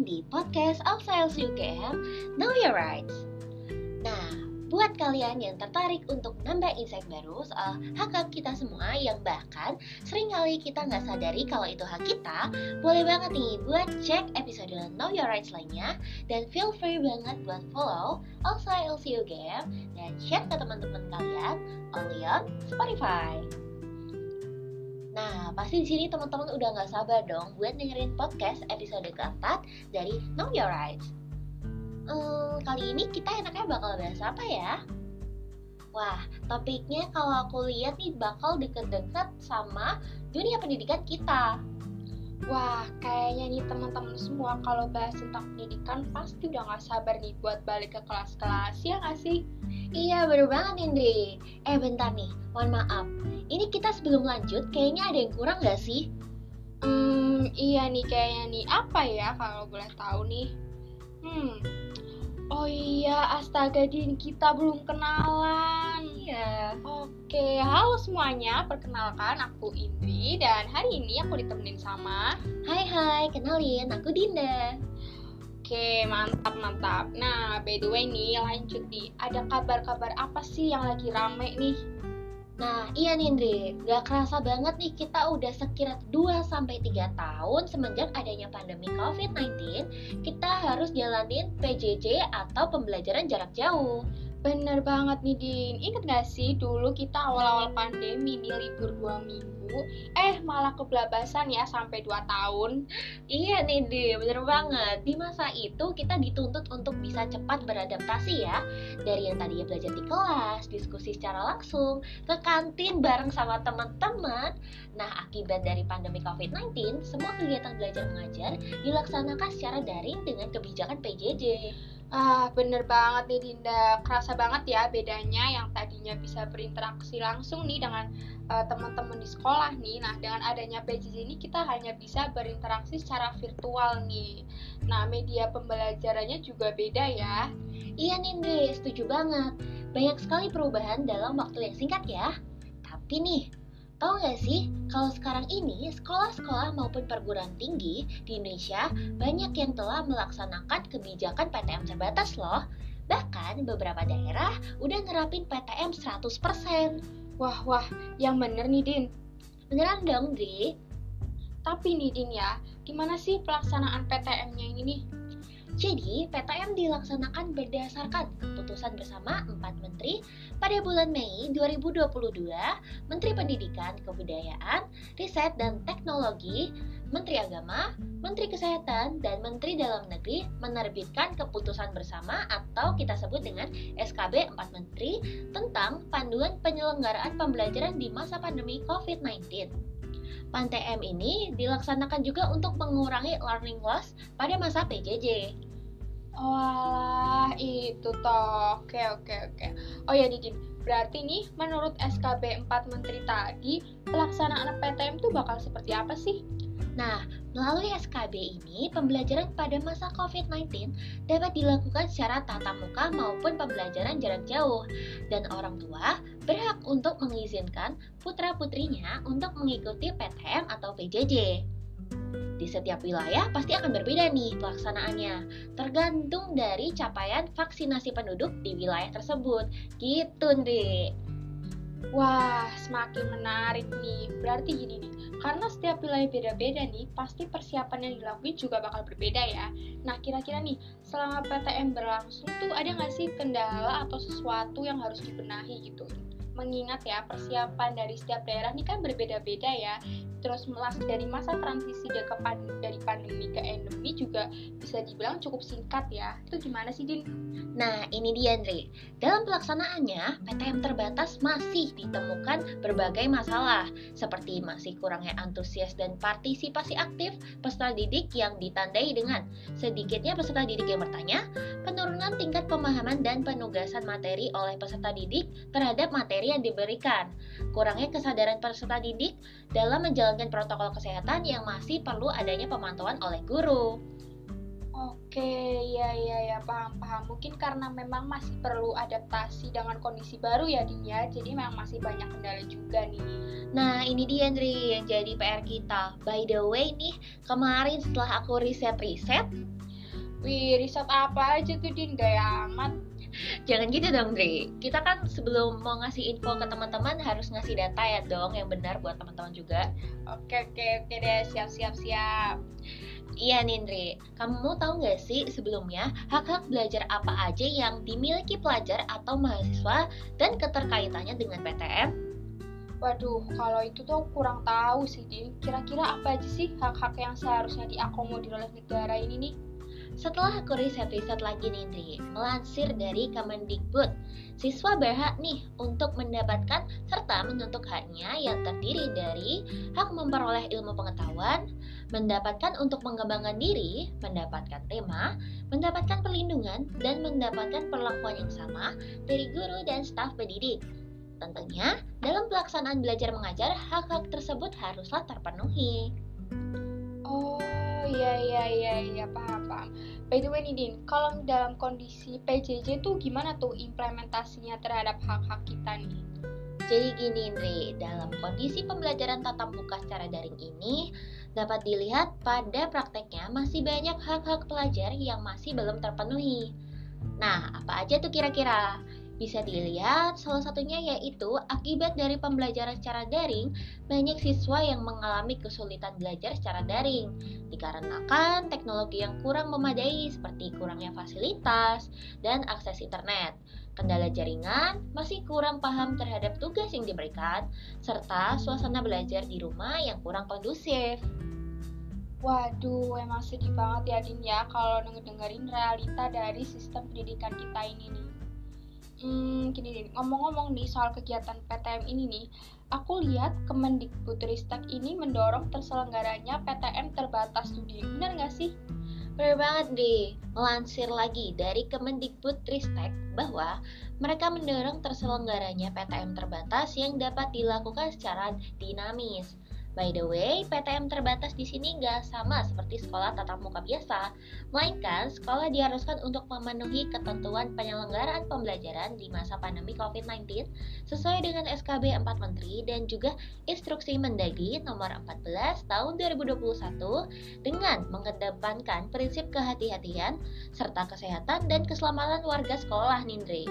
datang di podcast of Sales UGM, Know Your Rights. Nah, buat kalian yang tertarik untuk nambah insight baru soal hak-hak kita semua yang bahkan seringkali kita nggak sadari kalau itu hak kita, boleh banget nih buat cek episode Know Your Rights lainnya dan feel free banget buat follow Alsa LC UGM dan share ke teman-teman kalian only on Spotify. Nah, pasti di sini teman-teman udah nggak sabar dong buat dengerin podcast episode keempat dari Know Your Rights. Kali ini kita enaknya bakal bahas apa ya? Wah, topiknya kalau aku lihat nih bakal deket-deket sama dunia pendidikan kita. Wah, kayaknya nih teman-teman semua kalau bahas tentang pendidikan pasti udah gak sabar nih buat balik ke kelas-kelas, ya gak sih? Iya, bener banget Indri. Bentar nih, mohon maaf. Ini kita sebelum lanjut, kayaknya ada yang kurang gak sih? Iya nih kayaknya nih. Apa ya kalau boleh tahu nih? Oh iya, astaga Din, kita belum kenalan. Iya. Oke, halo semuanya, perkenalkan aku Indri dan hari ini aku ditemenin sama Hai, kenalin, aku Dinda. Oke, mantap. Nah, by the way nih, lanjut nih. Ada kabar-kabar apa sih yang lagi rame nih? Nah, iya nih Indri, gak kerasa banget nih kita udah sekira 2-3 tahun semenjak adanya pandemi COVID-19, kita harus jalanin PJJ atau pembelajaran jarak jauh. Bener banget nih Din, inget gak sih dulu kita awal-awal pandemi nih libur 2 minggu, malah kebelabasan ya sampai 2 tahun. Iya nih Di, bener banget. Di masa itu kita dituntut untuk bisa cepat beradaptasi ya. Dari yang tadinya belajar di kelas, diskusi secara langsung, ke kantin bareng sama teman-teman. Nah, akibat dari pandemi COVID-19, semua kegiatan belajar mengajar dilaksanakan secara daring dengan kebijakan PJJ. Bener banget nih Dinda, kerasa banget ya bedanya yang tadinya bisa berinteraksi langsung nih dengan teman-teman di sekolah nih. Nah, dengan adanya PJJ ini kita hanya bisa berinteraksi secara virtual nih. Nah, media pembelajarannya juga beda ya. Iya Nindri, setuju banget. Banyak sekali perubahan dalam waktu yang singkat ya. Tapi nih, tahu nggak sih, kalau sekarang ini sekolah-sekolah maupun perguruan tinggi di Indonesia banyak yang telah melaksanakan kebijakan PTM terbatas loh. Bahkan beberapa daerah udah nerapin PTM 100%. Wah, yang bener nih Din. Beneran dong, Dri. Tapi nih Din ya, gimana sih pelaksanaan PTM-nya ini nih? Jadi, PTM dilaksanakan berdasarkan keputusan bersama 4 menteri pada bulan Mei 2022, Menteri Pendidikan, Kebudayaan, Riset dan Teknologi, Menteri Agama, Menteri Kesehatan, dan Menteri Dalam Negeri menerbitkan keputusan bersama atau kita sebut dengan SKB 4 Menteri tentang panduan penyelenggaraan pembelajaran di masa pandemi COVID-19. PTM ini dilaksanakan juga untuk mengurangi learning loss pada masa PJJ. Walah, itu toh. Oke. Oh ya Didin, berarti nih menurut SKB 4 Menteri tadi, pelaksanaan PTM itu bakal seperti apa sih? Nah, melalui SKB ini, pembelajaran pada masa COVID-19 dapat dilakukan secara tatap muka maupun pembelajaran jarak jauh, dan orang tua berhak untuk mengizinkan putra-putrinya untuk mengikuti PTM atau PJJ. Di setiap wilayah pasti akan berbeda nih pelaksanaannya, tergantung dari capaian vaksinasi penduduk di wilayah tersebut. Gitu, Ndri. Wah, semakin menarik nih. Berarti gini nih, karena setiap wilayah beda-beda nih, pasti persiapan yang dilakuin juga bakal berbeda ya. Nah, kira-kira nih, selama PTM berlangsung tuh ada nggak sih kendala atau sesuatu yang harus dibenahi gitu? Mengingat ya, persiapan dari setiap daerah nih kan berbeda-beda ya. Terus dari masa transisi dari pandemi ke endemi juga bisa dibilang cukup singkat ya. Itu gimana sih, Din? Nah, ini dia, Andre. Dalam pelaksanaannya, PTM terbatas masih ditemukan berbagai masalah, seperti masih kurangnya antusias dan partisipasi aktif peserta didik yang ditandai dengan sedikitnya peserta didik yang bertanya, penurunan tingkat pemahaman dan penugasan materi oleh peserta didik terhadap materi yang diberikan, kurangnya kesadaran peserta didik dalam menjalankan protokol kesehatan yang masih perlu adanya pemantauan oleh guru. Oke, ya, paham. Mungkin karena memang masih perlu adaptasi dengan kondisi baru ya, Din ya. Jadi memang masih banyak kendala juga nih. Nah, ini dia, Andri, yang jadi PR kita. By the way nih, kemarin setelah aku riset, Wih, riset apa aja tuh, Din? Gaya amat. Jangan gitu dong, Dre. Kita kan sebelum mau ngasih info ke teman-teman harus ngasih data ya dong yang benar buat teman-teman juga. Oke deh, siap. Iya nih, Dre. Kamu tahu nggak sih sebelumnya hak-hak belajar apa aja yang dimiliki pelajar atau mahasiswa dan keterkaitannya dengan PTM? Waduh, kalau itu tuh kurang tahu sih, Din. Kira-kira apa aja sih hak-hak yang seharusnya diakomodir oleh negara ini nih? Setelah aku riset-riset lagi nih, Dri, melansir dari Kemendikbud, siswa berhak nih untuk mendapatkan serta menuntut haknya yang terdiri dari hak memperoleh ilmu pengetahuan, mendapatkan untuk mengembangkan diri, mendapatkan tema, mendapatkan perlindungan, dan mendapatkan perlakuan yang sama dari guru dan staf pendidik. Tentunya, dalam pelaksanaan belajar mengajar, hak-hak tersebut haruslah terpenuhi. Oh, iya, paham. By the way nih, Din, kalau dalam kondisi PJJ tuh gimana tuh implementasinya terhadap hak-hak kita nih? Jadi gini, Indri, dalam kondisi pembelajaran tatap muka secara daring ini, dapat dilihat pada prakteknya masih banyak hak-hak pelajar yang masih belum terpenuhi. Nah, apa aja tuh kira-kira? Bisa dilihat salah satunya yaitu akibat dari pembelajaran secara daring, banyak siswa yang mengalami kesulitan belajar secara daring dikarenakan teknologi yang kurang memadai seperti kurangnya fasilitas dan akses internet. Kendala jaringan, masih kurang paham terhadap tugas yang diberikan, serta suasana belajar di rumah yang kurang kondusif. Waduh, emang sedih banget ya, Din ya, kalau dengerin realita dari sistem pendidikan kita ini nih. Gini nih, ngomong-ngomong nih soal kegiatan PTM ini nih, aku lihat Kemendikbudristek ini mendorong terselenggaranya PTM terbatas studi. Benar nggak sih? Benar banget deh, melansir lagi dari Kemendikbudristek bahwa mereka mendorong terselenggaranya PTM terbatas yang dapat dilakukan secara dinamis. By the way, PTM terbatas di sini nggak sama seperti sekolah tatap muka biasa, melainkan sekolah diharuskan untuk memenuhi ketentuan penyelenggaraan pembelajaran di masa pandemi COVID-19 sesuai dengan SKB 4 Menteri dan juga Instruksi Mendagri nomor 14 tahun 2021 dengan mengedepankan prinsip kehati-hatian serta kesehatan dan keselamatan warga sekolah, Nindre.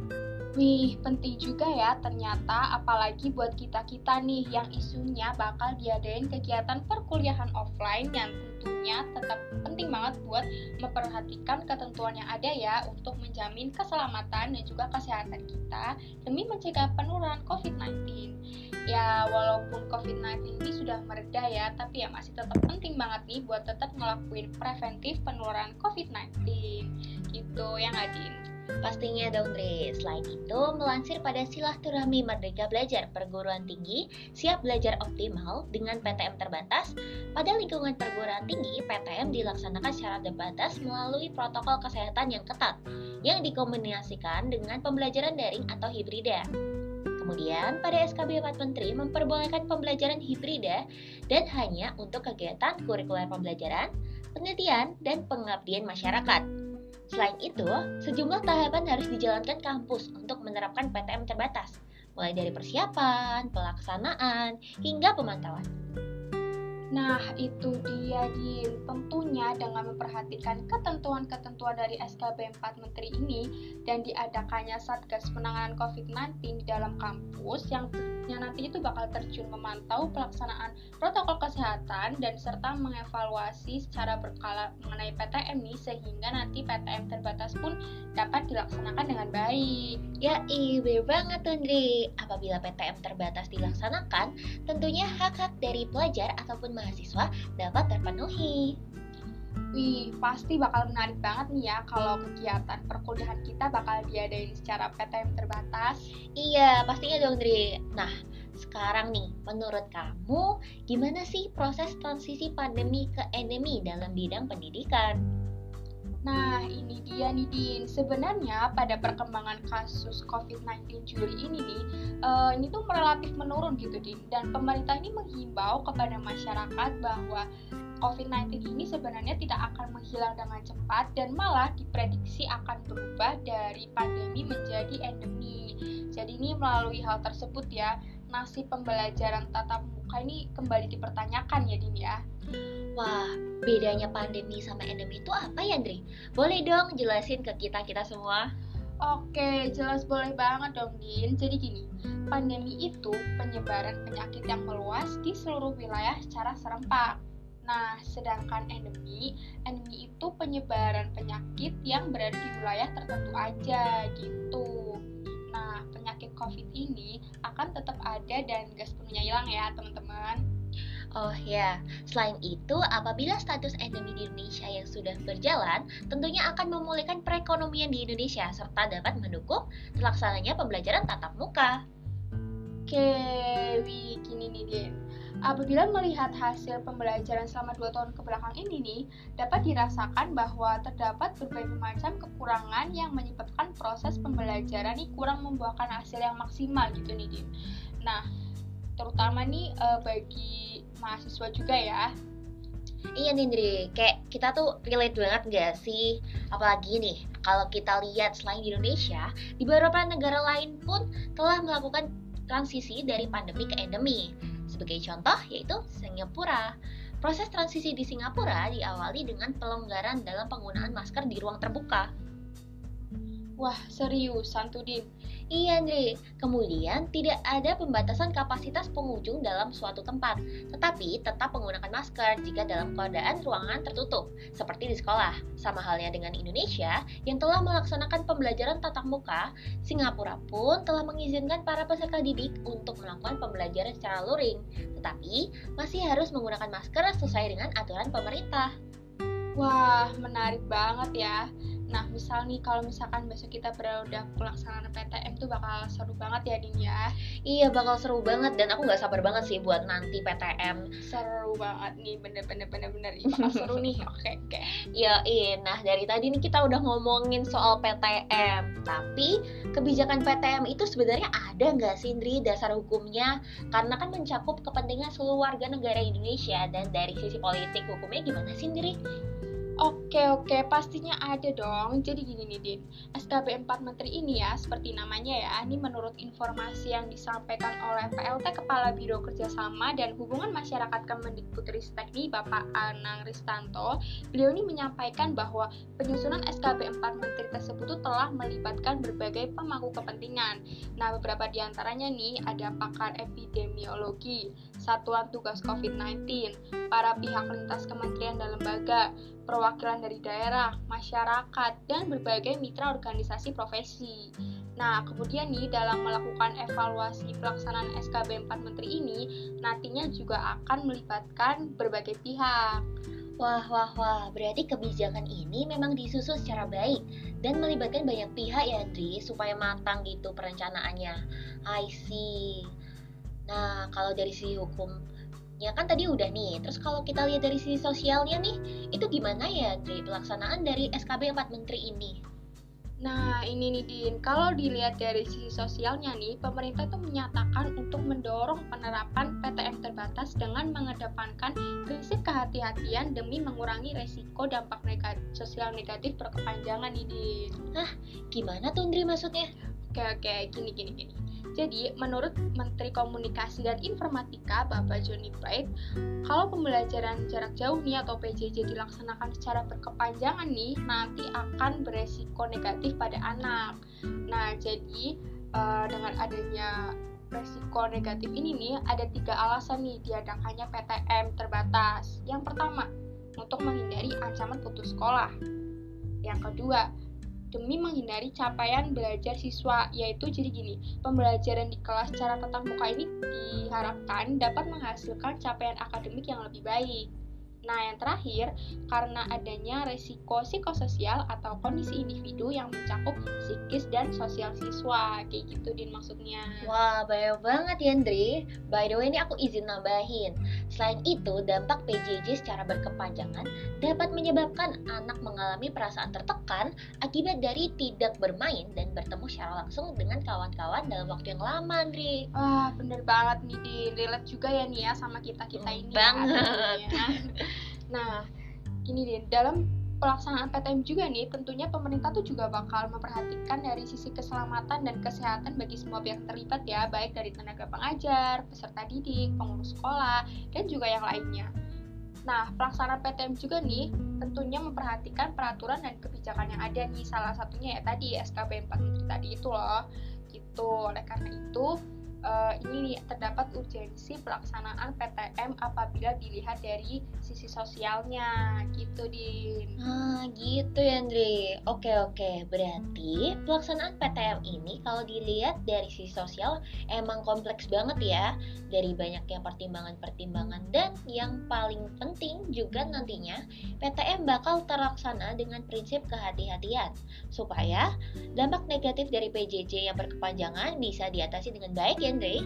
Wih, penting juga ya ternyata, apalagi buat kita-kita nih yang isunya bakal diadain kegiatan perkuliahan offline yang tentunya tetap penting banget buat memperhatikan ketentuan yang ada ya untuk menjamin keselamatan dan juga kesehatan kita demi mencegah penularan COVID-19. Ya, walaupun COVID-19 ini sudah mereda ya, tapi ya masih tetap penting banget nih buat tetap ngelakuin preventif penularan COVID-19. Gitu ya nggak, Din? Pastinya dong, Dre. Selain itu, melansir pada Silaturahmi Merdeka Belajar Perguruan Tinggi Siap Belajar Optimal dengan PTM terbatas, pada lingkungan perguruan tinggi, PTM dilaksanakan secara terbatas melalui protokol kesehatan yang ketat, yang dikombinasikan dengan pembelajaran daring atau hibrida. Kemudian, pada SKB 4 Menteri memperbolehkan pembelajaran hibrida dan hanya untuk kegiatan kurikuler pembelajaran, penelitian, dan pengabdian masyarakat. Selain itu, sejumlah tahapan harus dijalankan kampus untuk menerapkan PTM terbatas, mulai dari persiapan, pelaksanaan, hingga pemantauan. Nah, itu dia, Din. Tentunya dengan memperhatikan ketentuan-ketentuan dari SKB 4 Menteri ini dan diadakannya Satgas Penanganan COVID-19 di dalam kampus yang nanti itu bakal terjun memantau pelaksanaan protokol kesehatan dan serta mengevaluasi secara berkala mengenai PTM nih, sehingga nanti PTM terbatas pun dapat dilaksanakan dengan baik. Ya, bener banget tuh, Andre. Apabila PTM terbatas dilaksanakan, tentunya hak-hak dari pelajar ataupun mahasiswa dapat terpenuhi. Wih, pasti bakal menarik banget nih ya kalau kegiatan perkuliahan kita bakal diadain secara PTM terbatas. Iya, pastinya dong, Dri. Nah, sekarang nih, menurut kamu, gimana sih proses transisi pandemi ke endemi dalam bidang pendidikan? Nah, ini dia nih, Din. Sebenarnya pada perkembangan kasus COVID-19 Juli ini nih, ini tuh relatif menurun gitu, Din. Dan pemerintah ini menghimbau kepada masyarakat bahwa COVID-19 ini sebenarnya tidak akan menghilang dengan cepat dan malah diprediksi akan berubah dari pandemi menjadi endemi. Jadi ini melalui hal tersebut ya. nasib pembelajaran tatap muka ini kembali dipertanyakan ya Din ya. Wah, bedanya pandemi sama endemi itu apa ya, Andri? Boleh dong jelasin ke kita semua? Oke, jelas boleh banget dong Din. Jadi gini, pandemi itu penyebaran penyakit yang meluas di seluruh wilayah secara serempak. Nah, sedangkan endemi itu penyebaran penyakit yang berada di wilayah tertentu aja gitu. Nah, penyakit COVID ini akan tetap ada dan gak sepenuhnya hilang ya teman-teman. Oh ya, selain itu, apabila status endemi di Indonesia yang sudah berjalan, tentunya akan memulihkan perekonomian di Indonesia serta dapat mendukung terlaksananya pembelajaran tatap muka. Oke, gini nih Din. Apabila melihat hasil pembelajaran selama 2 tahun kebelakang ini nih, dapat dirasakan bahwa terdapat berbagai macam kekurangan yang menyebabkan proses pembelajaran ini kurang membuahkan hasil yang maksimal gitu nih Din. Nah, terutama nih bagi mahasiswa juga ya. Iya nih Ndri, kayak kita tuh relate banget gak sih? Apalagi nih, kalau kita lihat selain di Indonesia, di beberapa negara lain pun telah melakukan transisi dari pandemi ke endemi. Sebagai contoh yaitu Singapura. Proses transisi di Singapura diawali dengan pelonggaran dalam penggunaan masker di ruang terbuka. Wah, seriusan tuh Din. Iya Andre, kemudian tidak ada pembatasan kapasitas pengunjung dalam suatu tempat, tetapi tetap menggunakan masker jika dalam keadaan ruangan tertutup, seperti di sekolah. Sama halnya dengan Indonesia yang telah melaksanakan pembelajaran tatap muka, Singapura pun telah mengizinkan para peserta didik untuk melakukan pembelajaran secara luring, tetapi masih harus menggunakan masker sesuai dengan aturan pemerintah. Wah, menarik banget ya. Nah, misal nih kalau misalkan besok kita udah pelaksanaan PTM tuh bakal seru banget ya Din ya. Iya, bakal seru banget dan aku nggak sabar banget sih buat nanti PTM. Seru banget nih, bener. Bakal seru nih. Oke. Ya, nah dari tadi nih kita udah ngomongin soal PTM. Tapi kebijakan PTM itu sebenarnya ada nggak sih Indri dasar hukumnya? Karena kan mencakup kepentingan seluruh warga negara Indonesia dan dari sisi politik hukumnya gimana sih Indri? Oke, pastinya ada dong. Jadi gini nih Din, SKB 4 Menteri ini ya, seperti namanya ya, ini menurut informasi yang disampaikan oleh PLT Kepala Biro Kerjasama dan Hubungan Masyarakat Kemendikbudristek nih, Bapak Anang Ristanto, beliau ini menyampaikan bahwa penyusunan SKB 4 Menteri tersebut telah melibatkan berbagai pemangku kepentingan. Nah, beberapa diantaranya nih, ada pakar epidemiologi, Satuan Tugas COVID-19, para pihak lintas kementerian dan lembaga, perwakilan dari daerah, masyarakat, dan berbagai mitra organisasi profesi. Nah, kemudian nih dalam melakukan evaluasi pelaksanaan SKB 4 Menteri ini, nantinya juga akan melibatkan berbagai pihak. Wah, berarti kebijakan ini memang disusun secara baik dan melibatkan banyak pihak ya Andri, supaya matang gitu perencanaannya. I see. Nah, kalau dari sisi hukum ya kan tadi udah nih, terus kalau kita lihat dari sisi sosialnya nih, itu gimana ya Dri, pelaksanaan dari SKB 4 Menteri ini? Nah ini nih Din, kalau dilihat dari sisi sosialnya nih, pemerintah tuh menyatakan untuk mendorong penerapan PTM terbatas dengan mengedepankan prinsip kehati-hatian demi mengurangi resiko dampak sosial negatif berkepanjangan nih Din. Hah, gimana tuh Dri maksudnya? Oke, gini. Jadi, menurut Menteri Komunikasi dan Informatika, Bapak Johnny Bright, kalau pembelajaran jarak jauh nih atau PJJ dilaksanakan secara berkepanjangan nih, nanti akan beresiko negatif pada anak. Nah, jadi dengan adanya resiko negatif ini nih, ada 3 alasan nih diadakannya PTM terbatas. Yang pertama, untuk menghindari ancaman putus sekolah. Yang kedua, demi menghindari capaian belajar siswa, yaitu jadi gini, pembelajaran di kelas secara tatap muka ini diharapkan dapat menghasilkan capaian akademik yang lebih baik. Nah, yang terakhir, karena adanya resiko psikososial atau kondisi individu yang mencakup psikis dan sosial siswa, kayak gitu Din maksudnya. Wah, banyak banget ya Andri. By the way, ini aku izin nambahin. Selain itu, dampak PJJ secara berkepanjangan dapat menyebabkan anak mengalami perasaan tertekan akibat dari tidak bermain dan bertemu secara langsung dengan kawan-kawan dalam waktu yang lama, Andri. Wah, bener banget nih Din, relate juga ya nih ya sama kita ini. Banget. Ya. Nah, gini Din, dalam pelaksanaan PTM juga nih, tentunya pemerintah tuh juga bakal memperhatikan dari sisi keselamatan dan kesehatan bagi semua pihak terlibat ya, baik dari tenaga pengajar, peserta didik, pengurus sekolah, dan juga yang lainnya. Nah, pelaksanaan PTM juga nih tentunya memperhatikan peraturan dan kebijakan yang ada nih, salah satunya ya tadi SKB 4 Menteri tadi itu loh. Gitu. Oleh karena itu, ini nih terdapat urgensi pelaksanaan PTM apabila dilihat dari sisi sosialnya, gitu Din. Gitu ya, Andre. Oke. Berarti pelaksanaan PTM ini kalau dilihat dari sisi sosial emang kompleks banget ya. Dari banyaknya pertimbangan-pertimbangan dan yang paling penting juga nantinya PTM bakal terlaksana dengan prinsip kehati-hatian supaya dampak negatif dari PJJ yang berkepanjangan bisa diatasi dengan baik ya, Andre.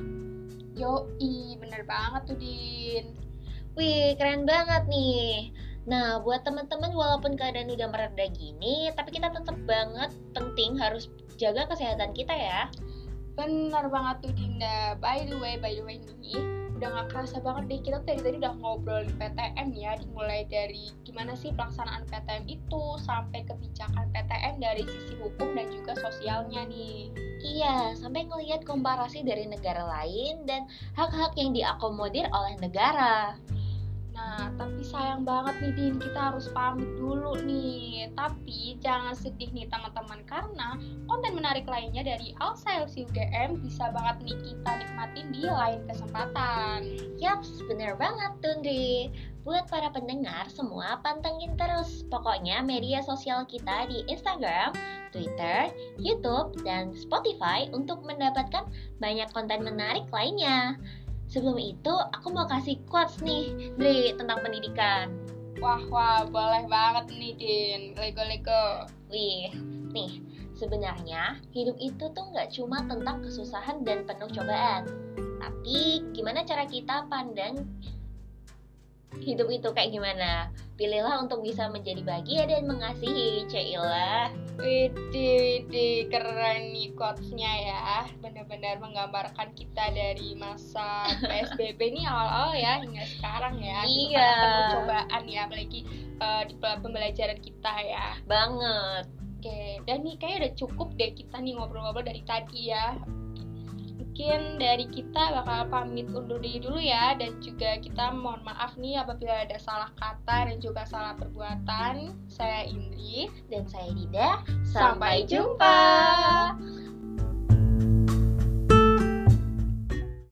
Yoi, bener banget tuh Din. Wih, keren banget nih. Nah, buat teman-teman walaupun keadaan udah mereda gini, tapi kita tetap banget penting harus jaga kesehatan kita ya. Bener banget tuh Dinda. By the way nih, udah gak kerasa banget deh, kita dari tadi udah ngobrolin PTM ya, dimulai dari gimana sih pelaksanaan PTM itu, sampai kebijakan PTM dari sisi hukum dan juga sosialnya nih. Iya, sampai ngelihat komparasi dari negara lain dan hak-hak yang diakomodir oleh negara. Nah, tapi sayang banget nih Din, kita harus pamit dulu nih. Tapi jangan sedih nih teman-teman, karena konten menarik lainnya dari Alsa LC UGM bisa banget nih kita nikmatin di lain kesempatan. Yaps, bener banget Tundri. Buat para pendengar semua pantengin terus pokoknya media sosial kita di Instagram, Twitter, YouTube, dan Spotify untuk mendapatkan banyak konten menarik lainnya. Sebelum itu, aku mau kasih quotes nih, Dri, tentang pendidikan. Wah, boleh banget nih, Din. Lego. Wih, nih, sebenarnya hidup itu tuh nggak cuma tentang kesusahan dan penuh cobaan. Tapi, gimana cara kita pandang hidup itu kayak gimana? Pilihlah untuk bisa menjadi bahagia dan mengasihi, Cailah. Widih, keren nih quotes-nya ya. Benar-benar menggambarkan kita dari masa PSBB nih awal-awal ya hingga sekarang ya. Iya. Penuh cobaan ya, apalagi di pembelajaran kita ya. Banget. Oke, dan nih kayaknya udah cukup deh kita nih ngobrol-ngobrol dari tadi ya. Mungkin dari kita bakal pamit undur diri dulu ya, dan juga kita mohon maaf nih apabila ada salah kata dan juga salah perbuatan. Saya Indri dan saya Dida. Sampai jumpa.